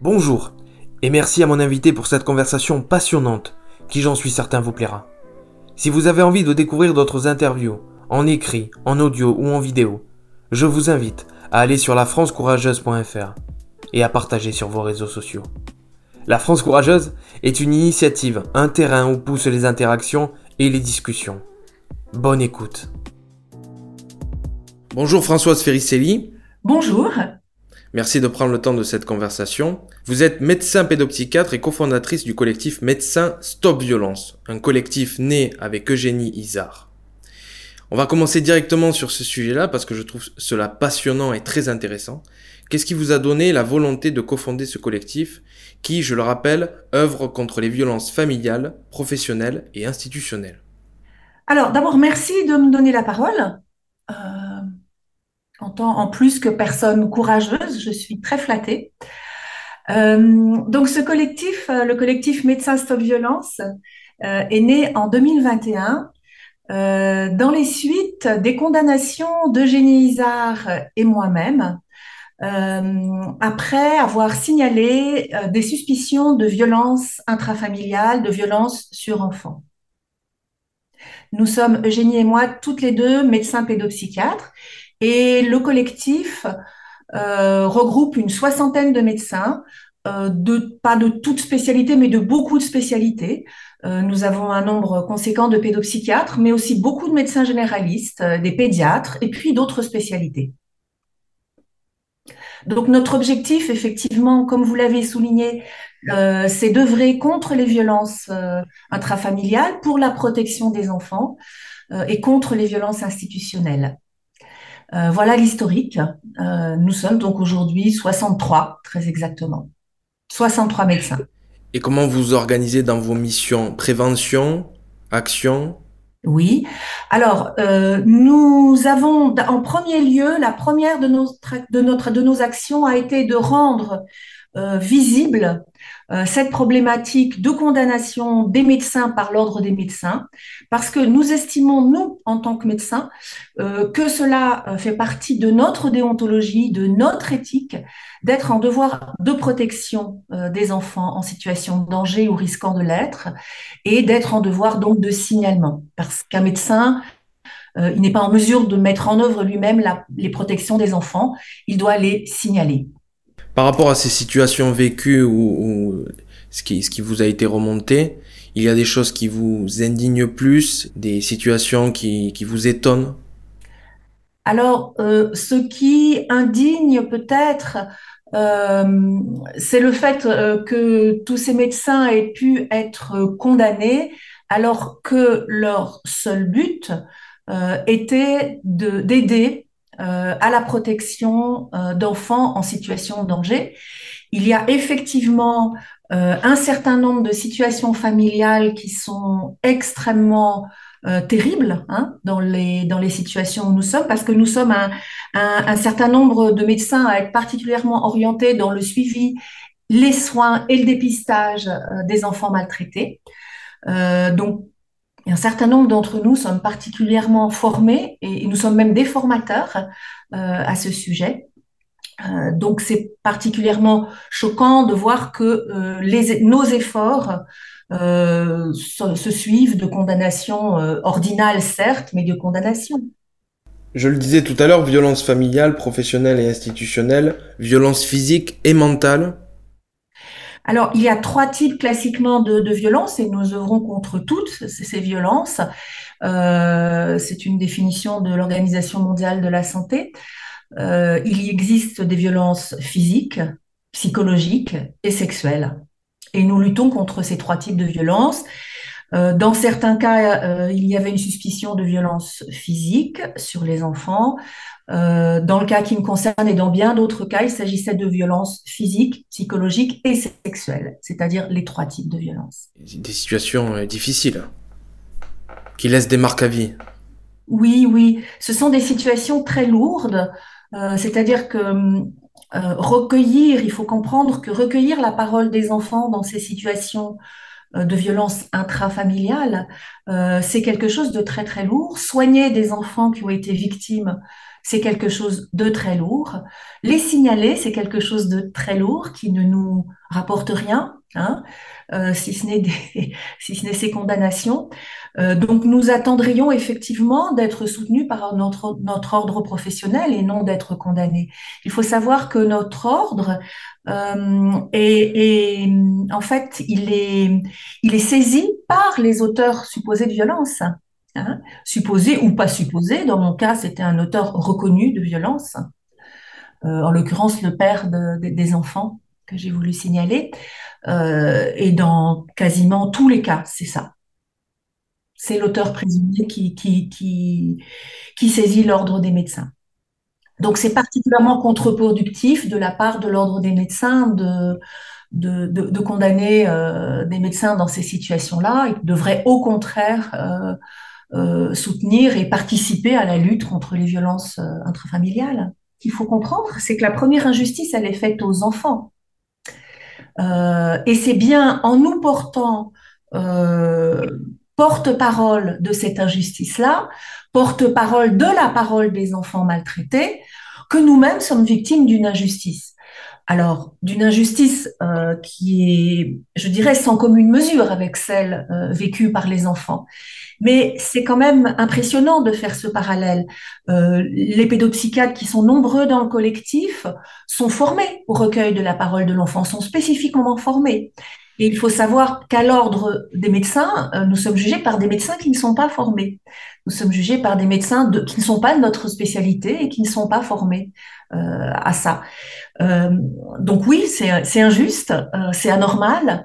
Bonjour, et merci à mon invité pour cette conversation passionnante, qui j'en suis certain vous plaira. Si vous avez envie de découvrir d'autres interviews, en écrit, en audio ou en vidéo, je vous invite à aller sur lafrancecourageuse.fr et à partager sur vos réseaux sociaux. La France Courageuse est une initiative, un terrain où poussent les interactions et les discussions. Bonne écoute. Bonjour Françoise Ferricelli. Bonjour. Merci de prendre le temps de cette conversation. Vous êtes médecin pédopsychiatre et cofondatrice du collectif Médecins Stop Violence, un collectif né avec Eugénie Izard. On va commencer directement sur ce sujet-là parce que je trouve cela passionnant et très intéressant. Qu'est-ce qui vous a donné la volonté de cofonder ce collectif qui, je le rappelle, œuvre contre les violences familiales, professionnelles et institutionnelles? Alors, d'abord, merci de me donner la parole. Euh, en plus que personne courageuse, je suis très flattée. Donc, ce collectif, le collectif Médecins Stop Violence, est né en 2021 dans les suites des condamnations d'Eugénie Izard et moi-même, après avoir signalé des suspicions de violences intrafamiliales, de violences sur enfants. Nous sommes, Eugénie et moi, toutes les deux médecins pédopsychiatres et le collectif regroupe une soixantaine de médecins, pas de toute spécialité, mais de beaucoup de spécialités. Nous avons un nombre conséquent de pédopsychiatres, mais aussi beaucoup de médecins généralistes, des pédiatres et puis d'autres spécialités. Donc notre objectif, effectivement, comme vous l'avez souligné, c'est d'œuvrer contre les violences intrafamiliales pour la protection des enfants et contre les violences institutionnelles. Voilà l'historique. Nous sommes donc aujourd'hui 63, très exactement. 63 médecins. Et comment vous organisez dans vos missions? Prévention, action? Oui. Alors, nous avons en premier lieu, la première de nos actions a été de rendre visible cette problématique de condamnation des médecins par l'ordre des médecins, parce que nous estimons, nous, en tant que médecins, que cela fait partie de notre déontologie, de notre éthique, d'être en devoir de protection des enfants en situation de danger ou risquant de l'être, et d'être en devoir donc de signalement, parce qu'un médecin, il n'est pas en mesure de mettre en œuvre lui-même les protections des enfants, il doit les signaler. Par rapport à ces situations vécues ou ce qui vous a été remonté, il y a des choses qui vous indignent plus, des situations qui vous étonnent. Alors, ce qui indigne peut-être, euh, c'est le fait que tous ces médecins aient pu être condamnés alors que leur seul but était d'aider à la protection d'enfants en situation de danger. Il y a effectivement un certain nombre de situations familiales qui sont extrêmement terribles, hein, dans les situations où nous sommes, parce que nous sommes un certain nombre de médecins à être particulièrement orientés dans le suivi, les soins et le dépistage des enfants maltraités. Donc, un certain nombre d'entre nous sommes particulièrement formés et nous sommes même des formateurs à ce sujet. Donc, c'est particulièrement choquant de voir que nos efforts se suivent de condamnations ordinales, certes, mais de condamnations. Je le disais tout à l'heure, violence familiale, professionnelle et institutionnelle, violence physique et mentale. Alors, il y a trois types classiquement de violences et nous œuvrons contre toutes ces violences. C'est une définition de l'Organisation mondiale de la santé. Il existe des violences physiques, psychologiques et sexuelles. Et nous luttons contre ces trois types de violences. Dans certains cas, il y avait une suspicion de violence physique sur les enfants. Dans le cas qui me concerne et dans bien d'autres cas, il s'agissait de violences physiques, psychologiques et sexuelles, c'est-à-dire les trois types de violences. Des situations difficiles, qui laissent des marques à vie. Oui, oui, ce sont des situations très lourdes, c'est-à-dire que recueillir, il faut comprendre que recueillir la parole des enfants dans ces situations de violence intrafamiliale, c'est quelque chose de très très lourd. Soigner des enfants qui ont été victimes c'est quelque chose de très lourd. Les signaler, c'est quelque chose de très lourd qui ne nous rapporte rien, hein, si ce n'est si ce n'est ces condamnations. Donc, nous attendrions effectivement d'être soutenus par notre ordre professionnel et non d'être condamnés. Il faut savoir que notre ordre en fait, il est saisi par les auteurs supposés de violence. Hein, supposé ou pas supposé. Dans mon cas, c'était un auteur reconnu de violence, en l'occurrence le père des enfants que j'ai voulu signaler. Et dans quasiment tous les cas, c'est ça. C'est l'auteur présumé qui saisit l'ordre des médecins. Donc c'est particulièrement contre-productif de la part de l'ordre des médecins de condamner des médecins dans ces situations-là. Ils devraient au contraire soutenir et participer à la lutte contre les violences intrafamiliales. Ce qu'il faut comprendre, c'est que la première injustice, elle est faite aux enfants. Et c'est bien en nous portant euh, porte-parole de cette injustice-là, porte-parole de la parole des enfants maltraités, que nous-mêmes sommes victimes d'une injustice. Alors, d'une injustice qui est, je dirais, sans commune mesure avec celle vécue par les enfants. Mais c'est quand même impressionnant de faire ce parallèle. Les pédopsychiatres qui sont nombreux dans le collectif sont formés au recueil de la parole de l'enfant, sont spécifiquement formés. Et il faut savoir qu'à l'ordre des médecins, nous sommes jugés par des médecins qui ne sont pas formés. Nous sommes jugés par des médecins qui ne sont pas de notre spécialité et qui ne sont pas formés à ça. Euh, donc oui, c'est injuste, c'est anormal.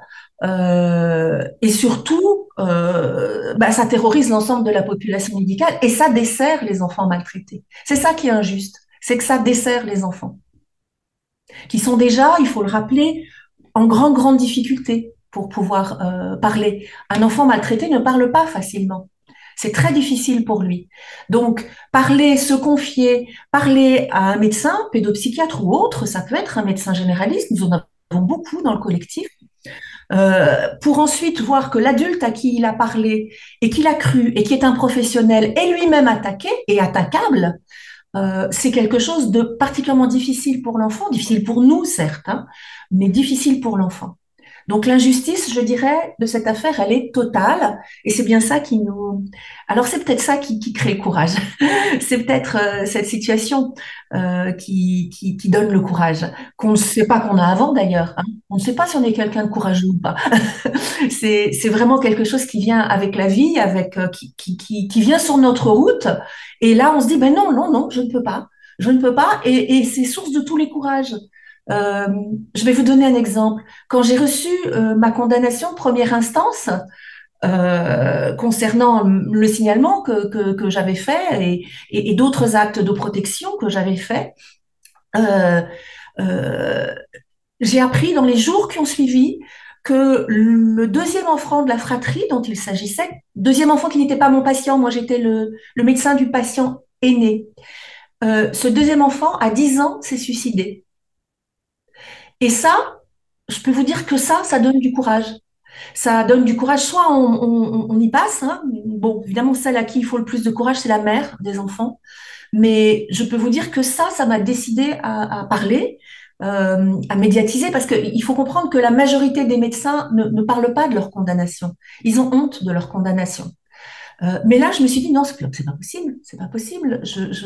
Et surtout, ça terrorise l'ensemble de la population médicale et ça dessert les enfants maltraités. C'est ça qui est injuste, c'est que ça dessert les enfants, qui sont déjà, il faut le rappeler, en grande difficulté pour pouvoir parler. Un enfant maltraité ne parle pas facilement. C'est très difficile pour lui. Donc, parler, se confier, parler à un médecin, pédopsychiatre ou autre, ça peut être un médecin généraliste, nous en avons beaucoup dans le collectif, pour ensuite voir que l'adulte à qui il a parlé et qu'il a cru et qui est un professionnel est lui-même attaqué et attaquable, c'est quelque chose de particulièrement difficile pour l'enfant, difficile pour nous certes, hein, mais difficile pour l'enfant. Donc l'injustice, je dirais, de cette affaire, elle est totale, et c'est bien ça qui nous... Alors c'est peut-être ça qui crée le courage. C'est peut-être cette situation qui donne le courage, qu'on ne sait pas qu'on a avant d'ailleurs. Hein. On ne sait pas si on est quelqu'un de courageux ou pas. C'est vraiment quelque chose qui vient avec la vie, avec qui vient sur notre route, et là on se dit, ben non, non, non, je ne peux pas. Je ne peux pas, et c'est source de tous les courages. Euh, je vais vous donner un exemple. Quand j'ai reçu ma condamnation de première instance concernant le signalement que j'avais fait et d'autres actes de protection que j'avais fait, euh, euh, j'ai appris dans les jours qui ont suivi que le deuxième enfant de la fratrie dont il s'agissait, deuxième enfant qui n'était pas mon patient, moi j'étais le médecin du patient aîné, ce deuxième enfant, à 10 ans, s'est suicidé. Et ça, je peux vous dire que ça donne du courage. Ça donne du courage. Soit on y passe, hein. Bon, évidemment, celle à qui il faut le plus de courage, c'est la mère des enfants. Mais je peux vous dire que ça m'a décidé à parler, à médiatiser, parce qu'il faut comprendre que la majorité des médecins ne parlent pas de leur condamnation. Ils ont honte de leur condamnation. Mais là, je me suis dit, non, c'est pas possible, c'est pas possible,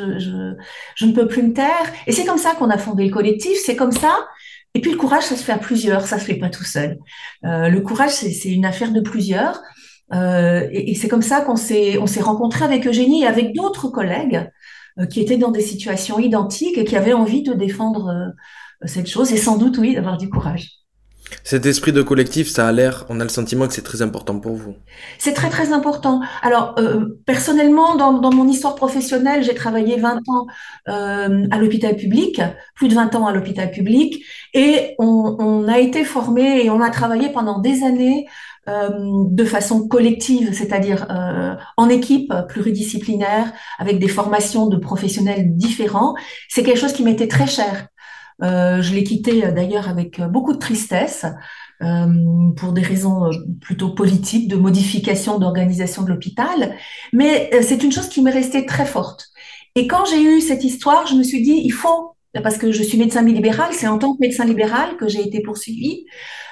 je ne peux plus me taire. Et c'est comme ça qu'on a fondé le collectif, c'est comme ça. Et puis le courage, ça se fait à plusieurs, ça se fait pas tout seul. Le courage, c'est une affaire de plusieurs. Et c'est comme ça on s'est rencontrés avec Eugénie et avec d'autres collègues qui étaient dans des situations identiques et qui avaient envie de défendre cette chose et sans doute, oui, d'avoir du courage. Cet esprit de collectif, ça a l'air, on a le sentiment que c'est très important pour vous. C'est très, très important. Alors, personnellement, dans mon histoire professionnelle, j'ai travaillé 20 ans à l'hôpital public, plus de 20 ans à l'hôpital public, et on a été formé et on a travaillé pendant des années de façon collective, c'est-à-dire en équipe pluridisciplinaire, avec des formations de professionnels différents. C'est quelque chose qui m'était très cher. Je l'ai quitté d'ailleurs avec beaucoup de tristesse pour des raisons plutôt politiques, de modification d'organisation de l'hôpital. Mais c'est une chose qui m'est restée très forte. Et quand j'ai eu cette histoire, je me suis dit, il faut, parce que je suis médecin libéral, c'est en tant que médecin libéral que j'ai été poursuivie.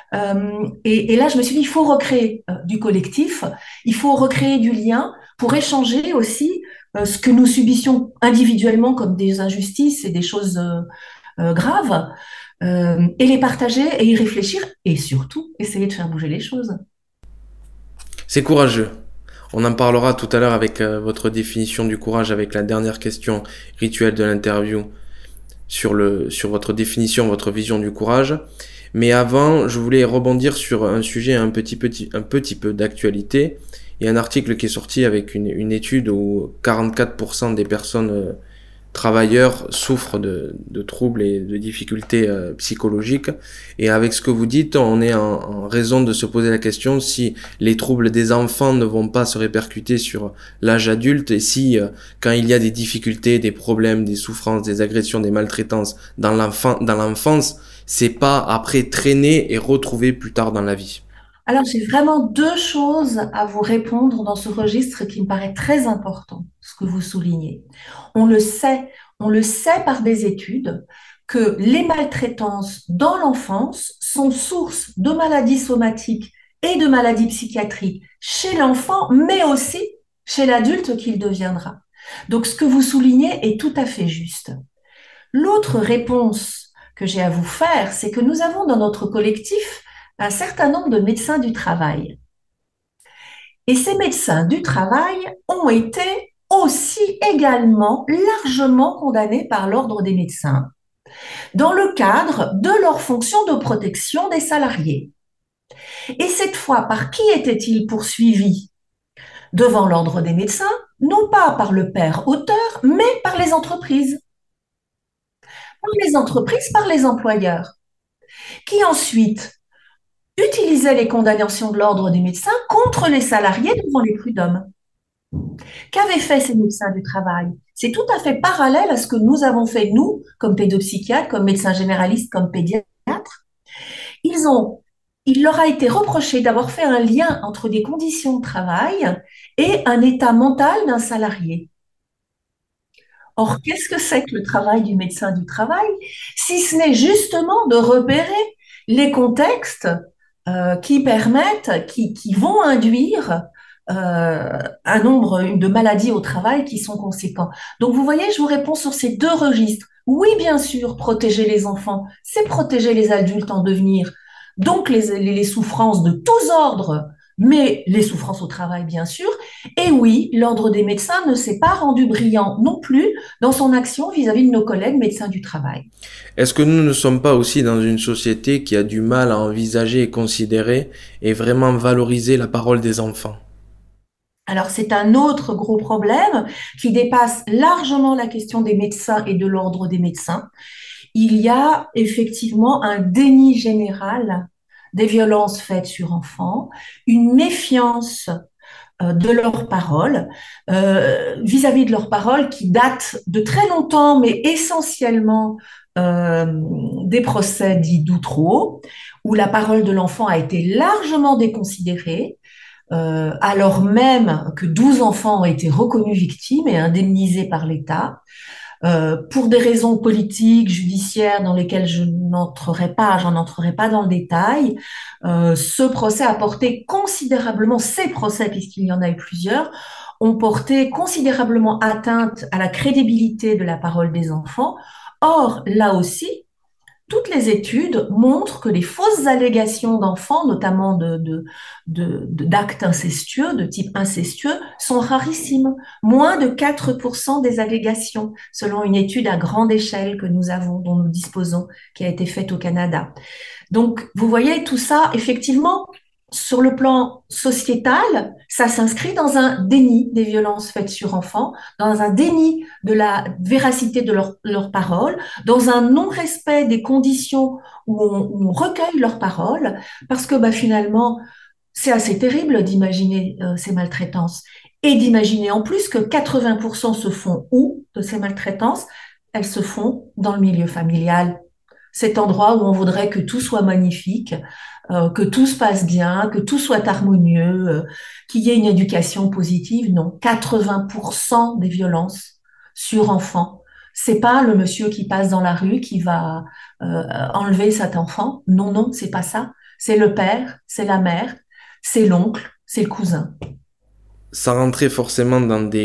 Et là, je me suis dit, il faut recréer du collectif, il faut recréer du lien pour échanger aussi ce que nous subissions individuellement comme des injustices et des choses graves, et les partager et y réfléchir et surtout essayer de faire bouger les choses. C'est courageux. On en parlera tout à l'heure avec votre définition du courage, avec la dernière question rituelle de l'interview sur votre définition, votre vision du courage. Mais avant, je voulais rebondir sur un sujet un petit peu d'actualité. Il y a un article qui est sorti avec une étude où 44% des personnes travailleurs souffrent de troubles et de difficultés psychologiques. Et avec ce que vous dites, on est en raison de se poser la question si les troubles des enfants ne vont pas se répercuter sur l'âge adulte et si, quand il y a des difficultés, des problèmes, des souffrances, des agressions, des maltraitances dans l'enfance, c'est pas après traîner et retrouver plus tard dans la vie. Alors, j'ai vraiment deux choses à vous répondre dans ce registre qui me paraît très important, ce que vous soulignez. On le sait, on le sait par des études que les maltraitances dans l'enfance sont source de maladies somatiques et de maladies psychiatriques chez l'enfant, mais aussi chez l'adulte qu'il deviendra. Donc, ce que vous soulignez est tout à fait juste. L'autre réponse que j'ai à vous faire, c'est que nous avons dans notre collectif un certain nombre de médecins du travail. Et ces médecins du travail ont été aussi également largement condamnés par l'Ordre des médecins dans le cadre de leur fonction de protection des salariés. Et cette fois, par qui étaient-ils poursuivis devant l'Ordre des médecins? Non pas par le père auteur, mais par les entreprises. Par les entreprises, par les employeurs, qui ensuite utilisaient les condamnations de l'Ordre des médecins contre les salariés devant les prud'hommes. Qu'avaient fait ces médecins du travail? C'est tout à fait parallèle à ce que nous avons fait, nous, comme pédopsychiatres, comme médecins généralistes, comme pédiatres. Ils ont, il leur a été reproché d'avoir fait un lien entre des conditions de travail et un état mental d'un salarié. Or, qu'est-ce que c'est que le travail du médecin du travail, si ce n'est justement de repérer les contextes qui permettent, qui vont induire un nombre de maladies au travail qui sont conséquents. Donc, vous voyez, je vous réponds sur ces deux registres. Oui, bien sûr, protéger les enfants, c'est protéger les adultes en devenir. Donc, les souffrances de tous ordres, mais les souffrances au travail, bien sûr. Et oui, l'Ordre des médecins ne s'est pas rendu brillant non plus dans son action vis-à-vis de nos collègues médecins du travail. Est-ce que nous ne sommes pas aussi dans une société qui a du mal à envisager et considérer et vraiment valoriser la parole des enfants? Alors, c'est un autre gros problème qui dépasse largement la question des médecins et de l'ordre des médecins. Il y a effectivement un déni général des violences faites sur enfants, une méfiance de leurs paroles, vis-à-vis de leurs paroles qui datent de très longtemps, mais essentiellement des procès dits d'Outreau, où la parole de l'enfant a été largement déconsidérée, alors même que 12 enfants ont été reconnus victimes et indemnisés par l'État. Pour des raisons politiques, judiciaires, dans lesquelles j'en entrerai pas dans le détail, ce procès a porté considérablement, ces procès, puisqu'il y en a eu plusieurs, ont porté considérablement atteinte à la crédibilité de la parole des enfants. Or, là aussi, toutes les études montrent que les fausses allégations d'enfants, notamment d'actes incestueux, de type incestueux, sont rarissimes. Moins de 4% des allégations, selon une étude à grande échelle que nous avons, dont nous disposons, qui a été faite au Canada. Donc, vous voyez, tout ça, effectivement, sur le plan sociétal, ça s'inscrit dans un déni des violences faites sur enfants, dans un déni de la véracité de leurs paroles, dans un non-respect des conditions où on recueille leurs paroles, parce que finalement, c'est assez terrible d'imaginer ces maltraitances et d'imaginer en plus que 80% se font où de ces maltraitances? Elles se font dans le milieu familial, cet endroit où on voudrait que tout soit magnifique, que tout se passe bien, que tout soit harmonieux, qu'il y ait une éducation positive. Non, 80% des violences sur enfant. C'est pas le monsieur qui passe dans la rue qui va enlever cet enfant. Non, non, c'est pas ça. C'est le père, c'est la mère, c'est l'oncle, c'est le cousin. Ça rentrait forcément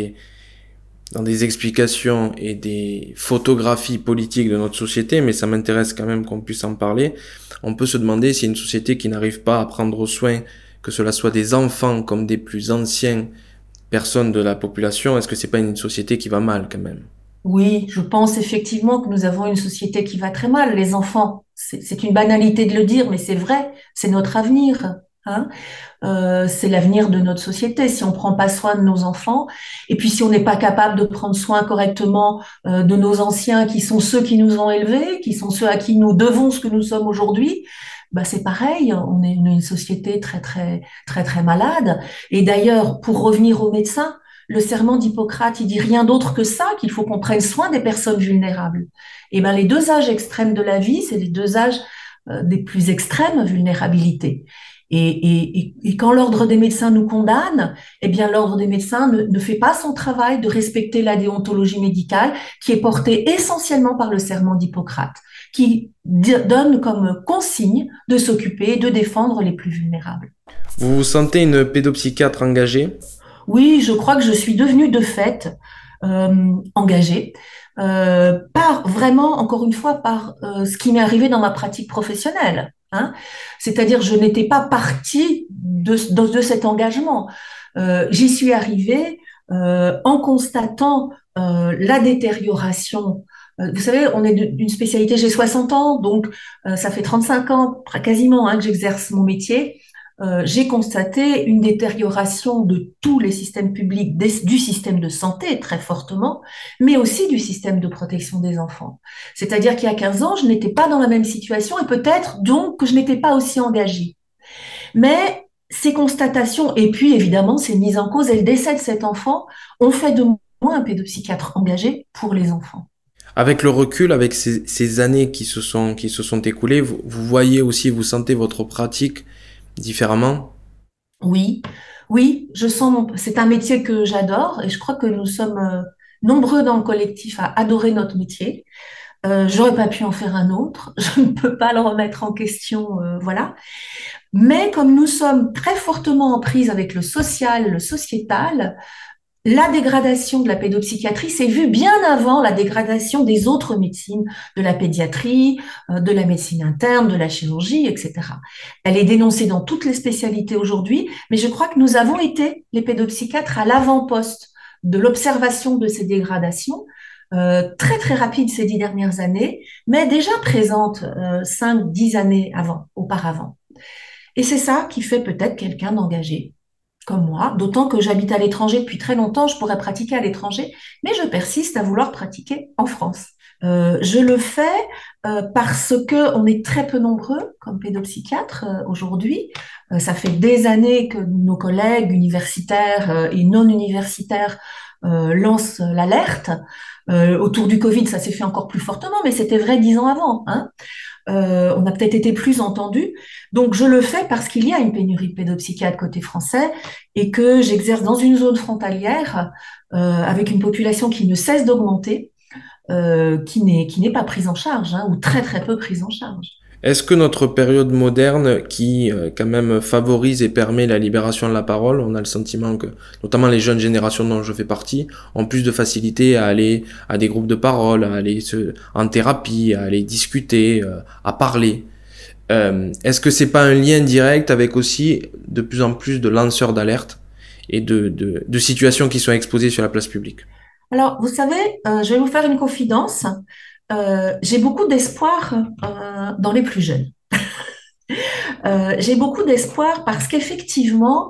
dans des explications et des photographies politiques de notre société, mais ça m'intéresse quand même qu'on puisse en parler. On peut se demander si une société qui n'arrive pas à prendre soin, que cela soit des enfants comme des plus anciennes personnes de la population, est-ce que c'est pas une société qui va mal quand même? Oui, je pense effectivement que nous avons une société qui va très mal. Les enfants, c'est une banalité de le dire, mais c'est vrai, c'est notre avenir, hein. C'est l'avenir de notre société. Si on prend pas soin de nos enfants, et puis si on n'est pas capable de prendre soin correctement de nos anciens, qui sont ceux qui nous ont élevés, qui sont ceux à qui nous devons ce que nous sommes aujourd'hui, bah c'est pareil. On est une société très très très très malade. Et d'ailleurs, pour revenir aux médecins, le serment d'Hippocrate, il dit rien d'autre que ça, qu'il faut qu'on prenne soin des personnes vulnérables. Et ben les deux âges extrêmes de la vie, c'est les deux âges des plus extrêmes vulnérabilités. Et quand l'ordre des médecins nous condamne, eh bien l'ordre des médecins ne fait pas son travail de respecter la déontologie médicale qui est portée essentiellement par le serment d'Hippocrate, qui donne comme consigne de s'occuper et de défendre les plus vulnérables. Vous vous sentez une pédopsychiatre engagée? Oui, je crois que je suis devenue de fait engagée par vraiment, encore une fois, par ce qui m'est arrivé dans ma pratique professionnelle. Hein. C'est-à-dire, je n'étais pas partie de cet engagement. J'y suis arrivée en constatant la détérioration. Vous savez, on est d'une spécialité, j'ai 60 ans, donc ça fait 35 ans quasiment que j'exerce mon métier. J'ai constaté une détérioration de tous les systèmes publics, du système de santé très fortement, mais aussi du système de protection des enfants. C'est-à-dire qu'il y a 15 ans, je n'étais pas dans la même situation et peut-être donc que je n'étais pas aussi engagée. Mais ces constatations et puis évidemment ces mises en cause et le décès de cet enfant ont fait de moi un pédopsychiatre engagé pour les enfants. Avec le recul, avec ces années qui se sont écoulées, vous voyez aussi, vous sentez votre pratique différemment? Oui, oui, c'est un métier que j'adore et je crois que nous sommes nombreux dans le collectif à adorer notre métier. J'aurais pas pu en faire un autre, je ne peux pas le remettre en question, voilà. Mais comme nous sommes très fortement en prise avec le social, le sociétal, la dégradation de la pédopsychiatrie s'est vue bien avant la dégradation des autres médecines, de la pédiatrie, de la médecine interne, de la chirurgie, etc. Elle est dénoncée dans toutes les spécialités aujourd'hui, mais je crois que nous avons été, les pédopsychiatres, à l'avant-poste de l'observation de ces dégradations, très très rapide ces 10 dernières années, mais déjà présente 5, 10 années auparavant. Et c'est ça qui fait peut-être quelqu'un d'engagé comme moi, d'autant que j'habite à l'étranger depuis très longtemps, je pourrais pratiquer à l'étranger, mais je persiste à vouloir pratiquer en France. Je le fais parce que on est très peu nombreux comme pédopsychiatres aujourd'hui. Ça fait des années que nos collègues universitaires et non universitaires lancent l'alerte. Autour du Covid, ça s'est fait encore plus fortement, mais c'était vrai 10 ans avant, hein. On a peut-être été plus entendu. Donc, je le fais parce qu'il y a une pénurie de pédopsychiatres côté français et que j'exerce dans une zone frontalière avec une population qui ne cesse d'augmenter, qui n'est pas prise en charge, ou très très peu prise en charge. Est-ce que notre période moderne, qui quand même favorise et permet la libération de la parole, on a le sentiment que, notamment les jeunes générations dont je fais partie, ont plus de facilité à aller à des groupes de parole, à aller en thérapie, à aller discuter, à parler. Est-ce que c'est pas un lien direct avec aussi de plus en plus de lanceurs d'alerte et de situations qui sont exposées sur la place publique? Alors, vous savez, je vais vous faire une confidence. J'ai beaucoup d'espoir dans les plus jeunes. J'ai beaucoup d'espoir parce qu'effectivement,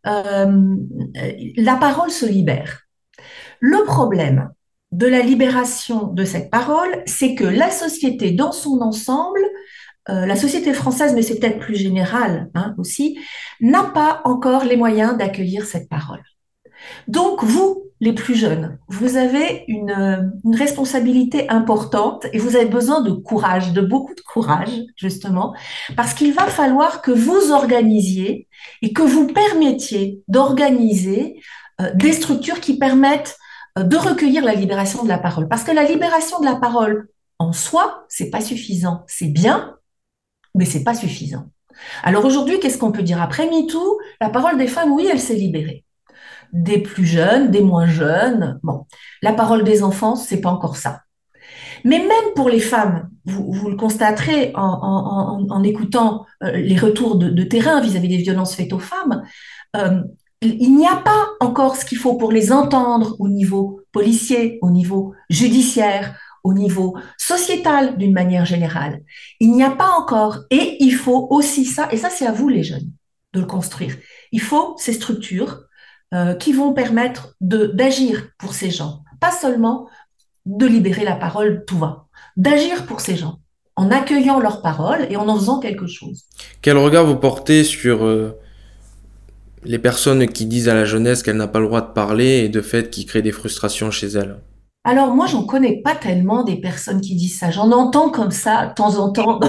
la parole se libère. Le problème de la libération de cette parole, c'est que la société dans son ensemble, la société française, mais c'est peut-être plus général aussi, n'a pas encore les moyens d'accueillir cette parole. Donc, vous, les plus jeunes, vous avez une responsabilité importante et vous avez besoin de courage, de beaucoup de courage, justement, parce qu'il va falloir que vous organisiez et que vous permettiez d'organiser des structures qui permettent de recueillir la libération de la parole. Parce que la libération de la parole en soi, c'est pas suffisant. C'est bien, mais c'est pas suffisant. Alors aujourd'hui, qu'est-ce qu'on peut dire? Après MeToo, la parole des femmes, oui, elle s'est libérée. Des plus jeunes, des moins jeunes. Bon, la parole des enfants, c'est pas encore ça. Mais même pour les femmes, vous le constaterez en écoutant les retours de terrain vis-à-vis des violences faites aux femmes, euh, il n'y a pas encore ce qu'il faut pour les entendre au niveau policier, au niveau judiciaire, au niveau sociétal d'une manière générale. Il n'y a pas encore, et il faut aussi ça, et ça c'est à vous les jeunes de le construire. Il faut ces structures qui vont permettre d'agir pour ces gens, pas seulement de libérer la parole, tout va, d'agir pour ces gens, en accueillant leurs paroles et en faisant quelque chose. Quel regard vous portez sur les personnes qui disent à la jeunesse qu'elle n'a pas le droit de parler et de fait qui créent des frustrations chez elle? Alors moi, j'en connais pas tellement des personnes qui disent ça. J'en entends comme ça de temps en temps.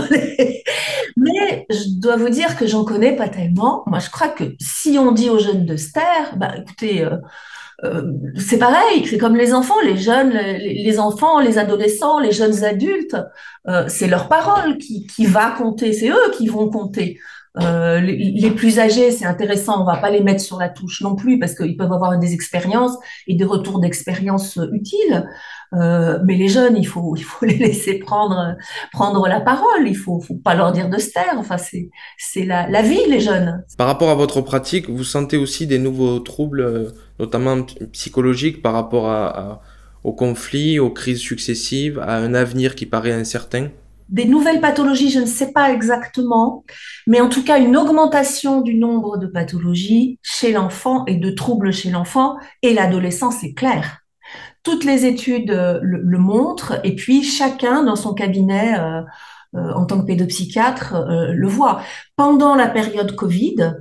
Mais je dois vous dire que j'en connais pas tellement. Moi, je crois que si on dit aux jeunes de se taire, bah écoutez, c'est pareil, c'est comme les enfants, les jeunes, les enfants, les adolescents, les jeunes adultes, c'est leur parole qui va compter, c'est eux qui vont compter. Les plus âgés, c'est intéressant, on va pas les mettre sur la touche non plus parce qu'ils peuvent avoir des expériences et des retours d'expérience utiles. Mais les jeunes, il faut les laisser prendre la parole. Faut pas leur dire de se taire. Enfin, c'est la vie, les jeunes. Par rapport à votre pratique, vous sentez aussi des nouveaux troubles, notamment psychologiques, par rapport aux conflits, aux crises successives, à un avenir qui paraît incertain? Des nouvelles pathologies, je ne sais pas exactement, mais en tout cas une augmentation du nombre de pathologies chez l'enfant et de troubles chez l'enfant et l'adolescent, c'est clair. Toutes les études le montrent et puis chacun dans son cabinet en tant que pédopsychiatre le voit. Pendant la période Covid,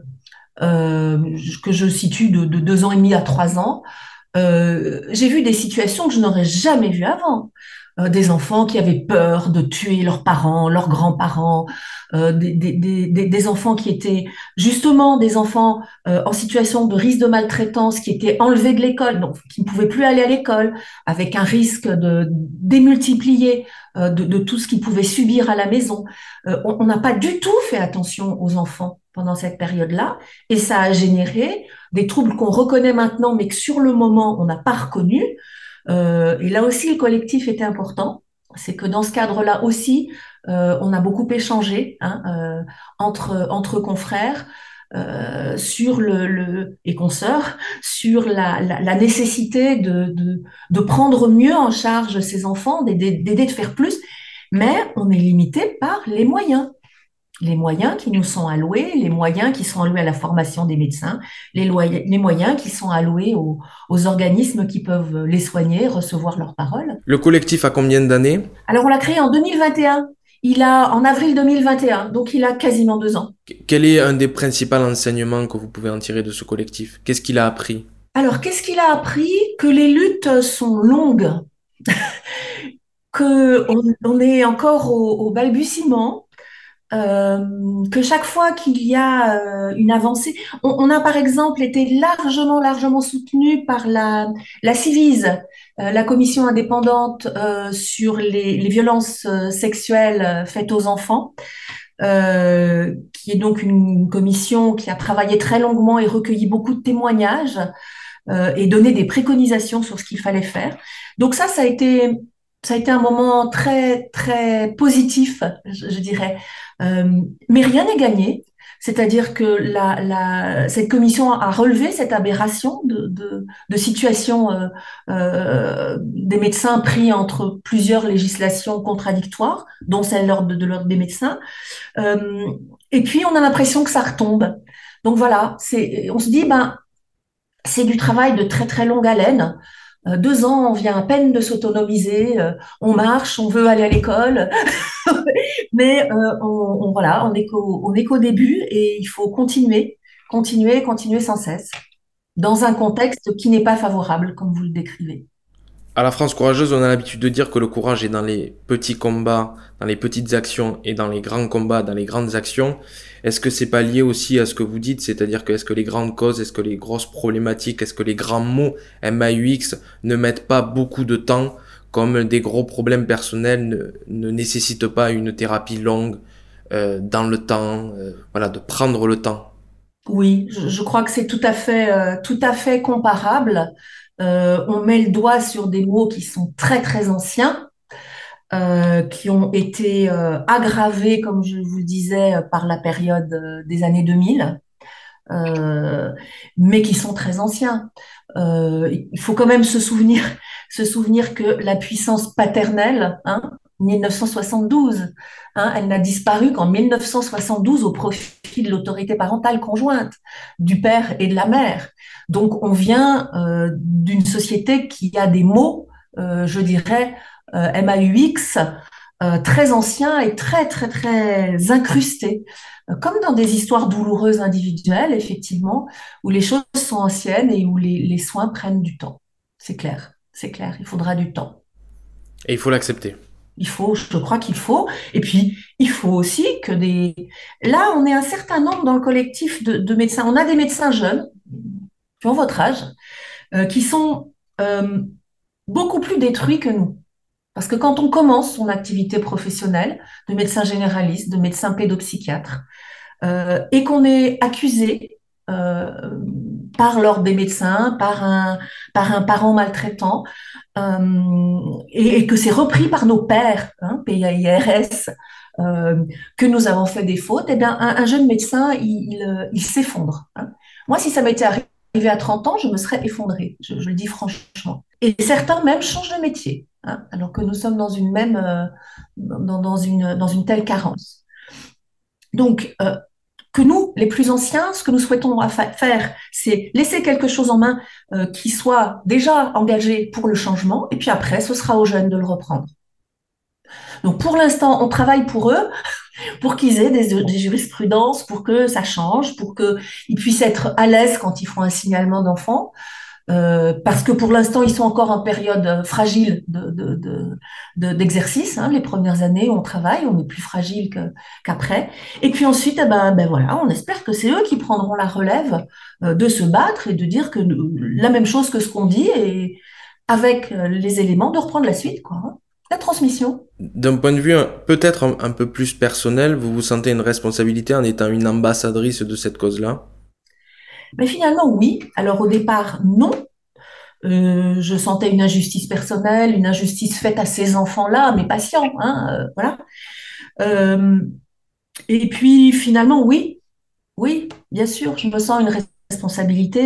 que je situe de 2 ans et demi à 3 ans, j'ai vu des situations que je n'aurais jamais vues avant. Des enfants qui avaient peur de tuer leurs parents, leurs grands-parents, des enfants qui étaient justement des enfants en situation de risque de maltraitance, qui étaient enlevés de l'école, donc qui ne pouvaient plus aller à l'école, avec un risque de démultiplier de tout ce qu'ils pouvaient subir à la maison. On n'a pas du tout fait attention aux enfants pendant cette période-là, et ça a généré des troubles qu'on reconnaît maintenant, mais que sur le moment, on n'a pas reconnus. Et là aussi, le collectif était important. C'est que dans ce cadre-là aussi, on a beaucoup échangé hein, entre confrères sur et consoeurs sur la nécessité de prendre mieux en charge ces enfants, d'aider de faire plus, mais on est limité par les moyens. Les moyens qui nous sont alloués, les moyens qui sont alloués à la formation des médecins, les moyens qui sont alloués aux organismes qui peuvent les soigner, recevoir leurs paroles. Le collectif a combien d'années? Alors, on l'a créé en 2021. En avril 2021, donc il a quasiment 2 ans. Quel est un des principaux enseignements que vous pouvez en tirer de ce collectif? Qu'est-ce qu'il a appris? Alors, qu'est-ce qu'il a appris? Que les luttes sont longues, qu'on est encore au balbutiement, que chaque fois qu'il y a une avancée, on a par exemple été largement soutenu par la Civise, la commission indépendante sur les violences sexuelles faites aux enfants, qui est donc une commission qui a travaillé très longuement et recueilli beaucoup de témoignages et donné des préconisations sur ce qu'il fallait faire. Donc ça a été un moment très positif, je dirais. Mais rien n'est gagné. C'est-à-dire que cette commission a relevé cette aberration de situation des médecins pris entre plusieurs législations contradictoires, dont celle de l'ordre des médecins. Euh, et puis, on a l'impression que ça retombe. Donc voilà, on se dit, ben, c'est du travail de très longue haleine. 2 ans, on vient à peine de s'autonomiser, on marche, on veut aller à l'école, mais voilà, on est qu'au début et il faut continuer sans cesse, dans un contexte qui n'est pas favorable, comme vous le décrivez. À la France courageuse, on a l'habitude de dire que le courage est dans les petits combats, dans les petites actions et dans les grands combats, dans les grandes actions. Est-ce que c'est pas lié aussi à ce que vous dites, c'est-à-dire que est-ce que les grandes causes, est-ce que les grosses problématiques, est-ce que les grands mots MAUX ne mettent pas beaucoup de temps, comme des gros problèmes personnels ne nécessitent pas une thérapie longue dans le temps, voilà, de prendre le temps. Oui, je crois que c'est tout à fait comparable. On met le doigt sur des mots qui sont très très anciens, qui ont été aggravés, comme je vous le disais, par la période des années 2000, euh, mais qui sont très anciens. Il faut quand même se souvenir que la puissance paternelle, 1972, elle n'a disparu qu'en 1972 au profit de l'autorité parentale conjointe, du père et de la mère. Donc on vient d'une société qui a des mots, je dirais, MAUX, très anciens et très, très, très incrustés, comme dans des histoires douloureuses individuelles, effectivement, où les choses sont anciennes et où les soins prennent du temps. C'est clair, il faudra du temps. Et il faut l'accepter. Il faut, je crois qu'il faut. Et puis, il faut aussi que des... Là, on est un certain nombre dans le collectif de médecins. On a des médecins jeunes, qui ont votre âge, qui sont beaucoup plus détruits que nous. Parce que quand on commence son activité professionnelle de médecin généraliste, de médecin pédopsychiatre, et qu'on est accusé euh, par l'ordre des médecins, par un parent maltraitant, et que c'est repris par nos pairs, PAIRS, que nous avons fait des fautes, eh bien, un jeune médecin, il s'effondre. Moi, si ça m'était arrivé à 30 ans, je me serais effondrée, je le dis franchement. Et certains même changent de métier, alors que nous sommes dans une même, dans une telle carence. Donc, que nous, les plus anciens, ce que nous souhaitons faire, c'est laisser quelque chose en main qui soit déjà engagé pour le changement, et puis après, ce sera aux jeunes de le reprendre. Donc, pour l'instant, on travaille pour eux, pour qu'ils aient des jurisprudences, pour que ça change, pour qu'ils puissent être à l'aise quand ils font un signalement d'enfant. Parce que pour l'instant, ils sont encore en période fragile d'exercice. Les premières années, on travaille, on est plus fragile qu'après. Et puis ensuite, ben voilà, on espère que c'est eux qui prendront la relève de se battre et de dire que la même chose que ce qu'on dit et avec les éléments de reprendre la suite, quoi. La transmission. D'un point de vue peut-être un peu plus personnel, vous vous sentez une responsabilité en étant une ambassadrice de cette cause-là? Mais finalement, oui. Alors au départ, non. Je sentais une injustice personnelle, une injustice faite à ces enfants-là, à mes patients, voilà. Euh, et puis finalement, oui, oui, bien sûr, je me sens une responsabilité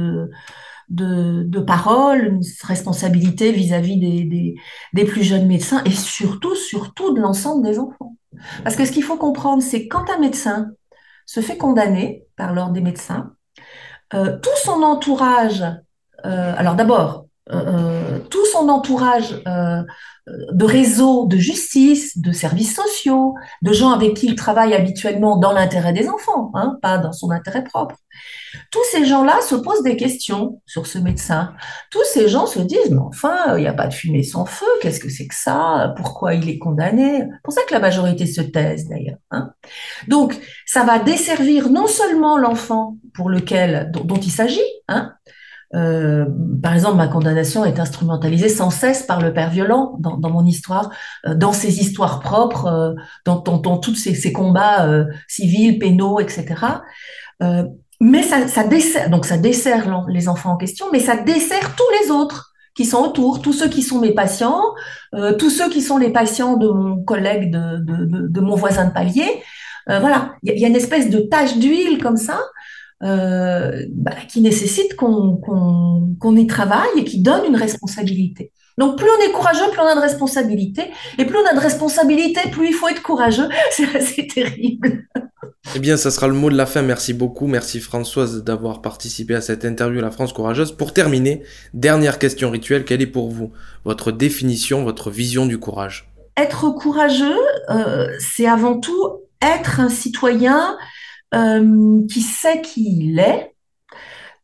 de parole, une responsabilité vis-à-vis des plus jeunes médecins et surtout, surtout de l'ensemble des enfants. Parce que ce qu'il faut comprendre, c'est que quand un médecin se fait condamner par l'ordre des médecins, tout son entourage, alors d'abord, tout son entourage de réseaux de justice, de services sociaux, de gens avec qui il travaille habituellement dans l'intérêt des enfants, pas dans son intérêt propre. Tous ces gens-là se posent des questions sur ce médecin. Tous ces gens se disent, mais enfin, il n'y a pas de fumée sans feu, qu'est-ce que c'est que ça? Pourquoi il est condamné? C'est pour ça que la majorité se taise d'ailleurs. Donc, ça va desservir non seulement l'enfant pour lequel, dont il s'agit, euh, par exemple, ma condamnation est instrumentalisée sans cesse par le père violent dans mon histoire, dans ses histoires propres, dans tous ces combats civils, pénaux, etc. Euh, mais ça dessert, donc ça dessert les enfants en question, mais ça dessert tous les autres qui sont autour, tous ceux qui sont mes patients, tous ceux qui sont les patients de mon collègue, de mon voisin de palier. Voilà, il y a une espèce de tache d'huile comme ça qui nécessite qu'on y travaille et qui donne une responsabilité. Donc plus on est courageux, plus on a de responsabilité. Et plus on a de responsabilité, plus il faut être courageux. C'est assez terrible. Eh bien, ça sera le mot de la fin. Merci beaucoup. Merci Françoise d'avoir participé à cette interview La France Courageuse. Pour terminer, dernière question rituelle. Quelle est pour vous votre définition, votre vision du courage? Être courageux, c'est avant tout être un citoyen qui sait qui il est,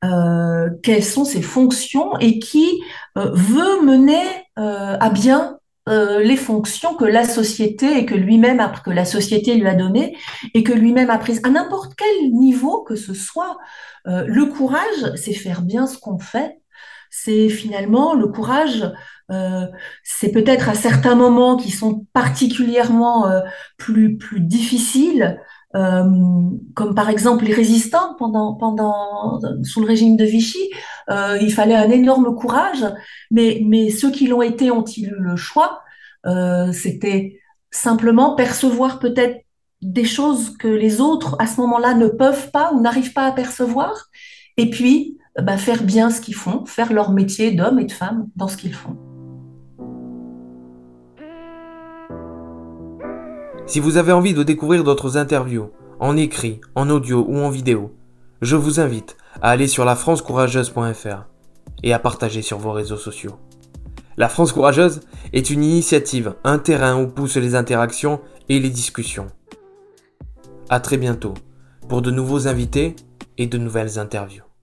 quelles sont ses fonctions et qui veut mener à bien les fonctions que la société et que la société lui a données et que lui-même a prises à n'importe quel niveau que ce soit. Le courage, c'est faire bien ce qu'on fait. C'est finalement le courage. euh, c'est peut-être à certains moments qui sont particulièrement plus difficiles, euh, comme par exemple les résistants sous le régime de Vichy. Il fallait un énorme courage, mais ceux qui l'ont été ont-ils eu le choix? C'était simplement percevoir peut-être des choses que les autres à ce moment-là ne peuvent pas ou n'arrivent pas à percevoir, et puis faire bien ce qu'ils font, faire leur métier d'homme et de femme dans ce qu'ils font. Si vous avez envie de découvrir d'autres interviews, en écrit, en audio ou en vidéo, je vous invite à aller sur lafrancecourageuse.fr et à partager sur vos réseaux sociaux. La France Courageuse est une initiative, un terrain où poussent les interactions et les discussions. À très bientôt pour de nouveaux invités et de nouvelles interviews.